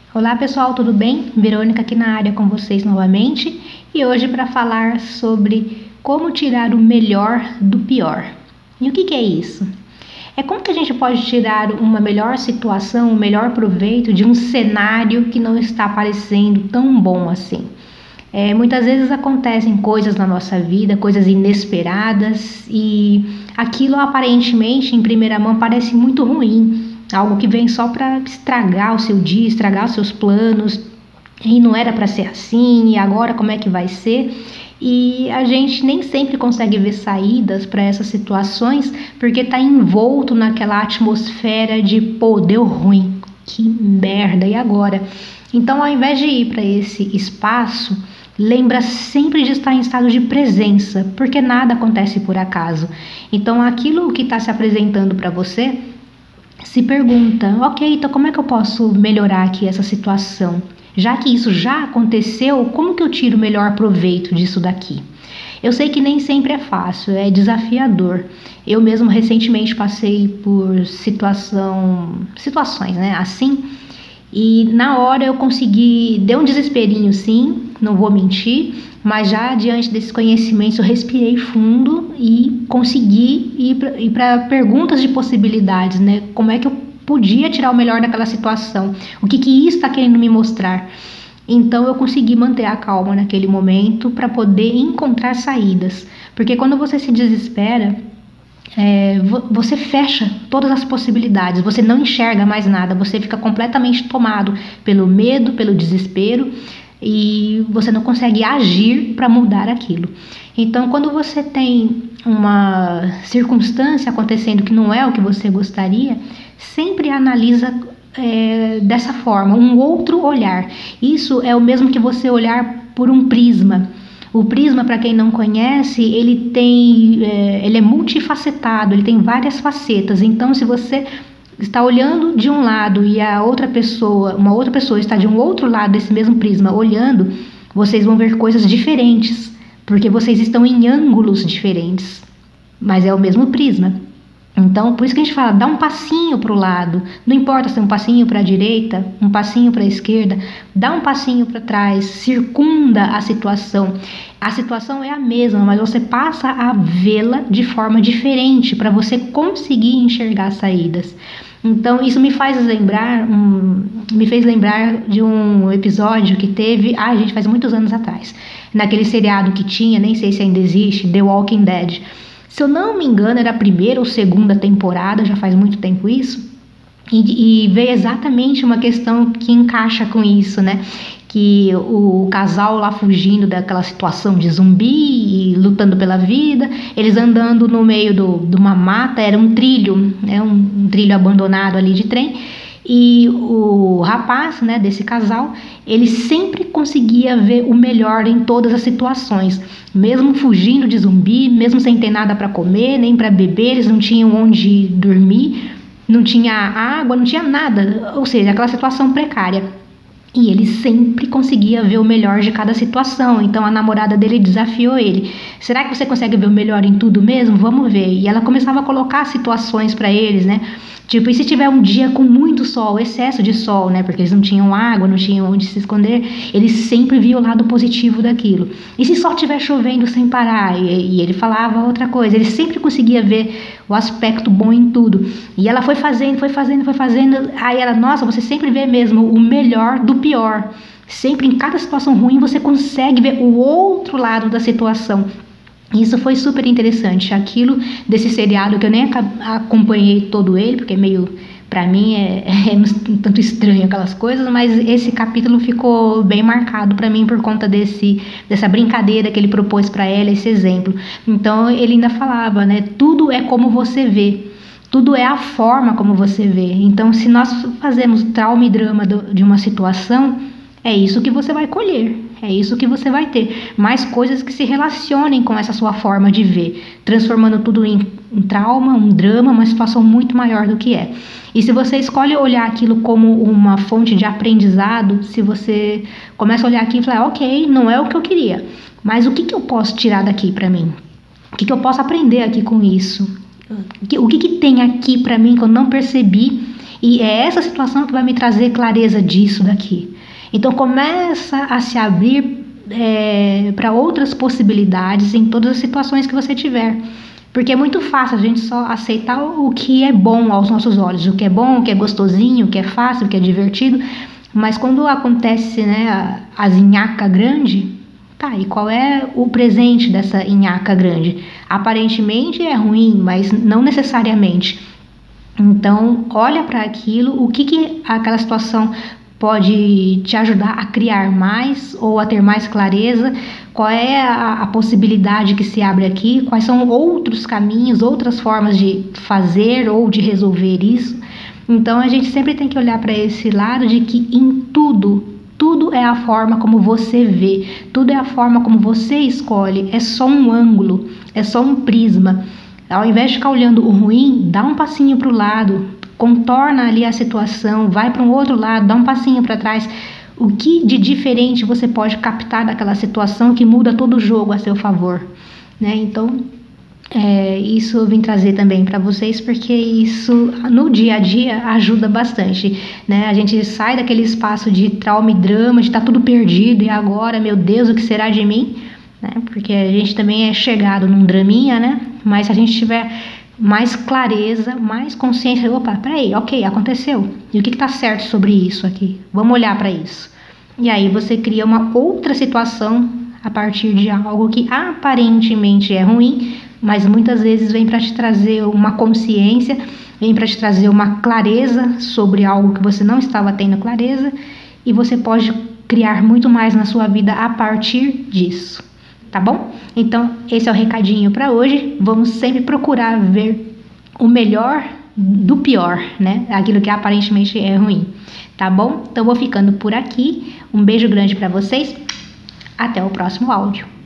Olá pessoal, tudo bem? Verônica aqui na área com vocês novamente e hoje para falar sobre como tirar o melhor do pior. E o que é isso? É como que a gente pode tirar uma melhor situação, um melhor proveito de um cenário que não está parecendo tão bom assim. Muitas vezes acontecem coisas na nossa vida, coisas inesperadas e aquilo aparentemente em primeira mão parece muito ruim. Algo que vem só para estragar o seu dia, estragar os seus planos, e não era para ser assim, e agora como é que vai ser? E a gente nem sempre consegue ver saídas para essas situações, porque está envolto naquela atmosfera de, pô, deu ruim, que merda, e agora? Então, ao invés de ir para esse espaço, lembra sempre de estar em estado de presença, porque nada acontece por acaso. Então, aquilo que está se apresentando para você, se pergunta, ok, então como é que eu posso melhorar aqui essa situação? Já que isso já aconteceu, como que eu tiro o melhor proveito disso daqui? Eu sei que nem sempre é fácil, é desafiador. Eu mesmo recentemente passei por situações, né, assim, e na hora eu consegui, deu um desesperinho sim, não vou mentir, mas já diante desses conhecimentos eu respirei fundo e consegui ir para perguntas de possibilidades, né? Como é que eu podia tirar o melhor daquela situação? O que isso está querendo me mostrar? Então eu consegui manter a calma naquele momento para poder encontrar saídas, porque quando você se desespera, você fecha todas as possibilidades, você não enxerga mais nada, você fica completamente tomado pelo medo, pelo desespero e você não consegue agir para mudar aquilo. Então, quando você tem uma circunstância acontecendo que não é o que você gostaria, sempre analisa dessa forma, um outro olhar. Isso é o mesmo que você olhar por um prisma. O prisma, para quem não conhece, ele é multifacetado, ele tem várias facetas. Então, se você está olhando de um lado e uma outra pessoa está de um outro lado desse mesmo prisma olhando, vocês vão ver coisas diferentes, porque vocês estão em ângulos diferentes, mas é o mesmo prisma. Então, por isso que a gente fala, dá um passinho para o lado, não importa se é um passinho para a direita, um passinho para a esquerda, dá um passinho para trás, circunda a situação. A situação é a mesma, mas você passa a vê-la de forma diferente para você conseguir enxergar saídas. Então, isso me fez lembrar de um episódio que teve, gente, faz muitos anos atrás, naquele seriado que tinha, nem sei se ainda existe, The Walking Dead. Se eu não me engano, era a primeira ou segunda temporada, já faz muito tempo isso, e veio exatamente uma questão que encaixa com isso, né? Que o casal lá fugindo daquela situação de zumbi e lutando pela vida, eles andando no meio de uma mata, era um trilho, né? Um trilho abandonado ali de trem, e o rapaz, né, desse casal, ele sempre conseguia ver o melhor em todas as situações, mesmo fugindo de zumbi, mesmo sem ter nada para comer, nem para beber, eles não tinham onde dormir, não tinha água, não tinha nada, ou seja, aquela situação precária. E ele sempre conseguia ver o melhor de cada situação. Então a namorada dele desafiou ele. Será que você consegue ver o melhor em tudo mesmo? Vamos ver. E ela começava a colocar situações para eles, né? Tipo, e se tiver um dia com muito sol, excesso de sol, né? Porque eles não tinham água, não tinham onde se esconder. Eles sempre viam o lado positivo daquilo. E se só estiver chovendo sem parar? E ele falava outra coisa. Ele sempre conseguia ver o aspecto bom em tudo. E ela foi fazendo. Aí ela, nossa, você sempre vê mesmo o melhor do pior. Sempre em cada situação ruim você consegue ver o outro lado da situação. Isso foi super interessante. Aquilo desse seriado que eu nem acompanhei todo ele, porque meio, pra mim é um tanto estranho aquelas coisas, mas esse capítulo ficou bem marcado pra mim por conta dessa brincadeira que ele propôs pra ela, esse exemplo. Então ele ainda falava, né? Tudo é como você vê. Tudo é a forma como você vê. Então, se nós fazemos trauma e drama de uma situação, é isso que você vai colher. É isso que você vai ter. Mais coisas que se relacionem com essa sua forma de ver, transformando tudo em um trauma, um drama, uma situação muito maior do que é. E se você escolhe olhar aquilo como uma fonte de aprendizado, se você começa a olhar aqui e falar, ok, não é o que eu queria, mas o que eu posso tirar daqui para mim? O que eu posso aprender aqui com isso? O que tem aqui para mim que eu não percebi E é essa situação que vai me trazer clareza disso daqui. Então começa a se abrir para outras possibilidades em todas as situações que você tiver. Porque é muito fácil a gente só aceitar o que é bom aos nossos olhos, o que é bom, o que é gostosinho, o que é fácil, o que é divertido. Mas quando acontece, né, as nhaca grande, tá, e qual é o presente dessa nhaca grande? Aparentemente é ruim, mas não necessariamente. Então, olha para aquilo, o que aquela situação pode te ajudar a criar mais ou a ter mais clareza, qual é a possibilidade que se abre aqui, quais são outros caminhos, outras formas de fazer ou de resolver isso. Então, a gente sempre tem que olhar para esse lado de que em tudo é a forma como você vê, tudo é a forma como você escolhe, é só um ângulo, é só um prisma. Ao invés de ficar olhando o ruim, dá um passinho para o lado, contorna ali a situação, vai para um outro lado, dá um passinho para trás. O que de diferente você pode captar daquela situação que muda todo o jogo a seu favor, né? Então, isso eu vim trazer também para vocês, porque isso no dia a dia ajuda bastante, né? A gente sai daquele espaço de trauma e drama, de estar tudo perdido e agora, meu Deus, o que será de mim? Né? Porque a gente também é chegado num draminha, né? Mas se a gente tiver mais clareza, mais consciência, opa, peraí, ok, aconteceu. E o que está certo sobre isso aqui? Vamos olhar para isso. E aí você cria uma outra situação a partir de algo que aparentemente é ruim, mas muitas vezes vem para te trazer uma consciência, vem para te trazer uma clareza sobre algo que você não estava tendo clareza, e você pode criar muito mais na sua vida a partir disso. Tá bom? Então, esse é o recadinho para hoje. Vamos sempre procurar ver o melhor do pior, né? Aquilo que aparentemente é ruim. Tá bom? Então, vou ficando por aqui. Um beijo grande para vocês. Até o próximo áudio.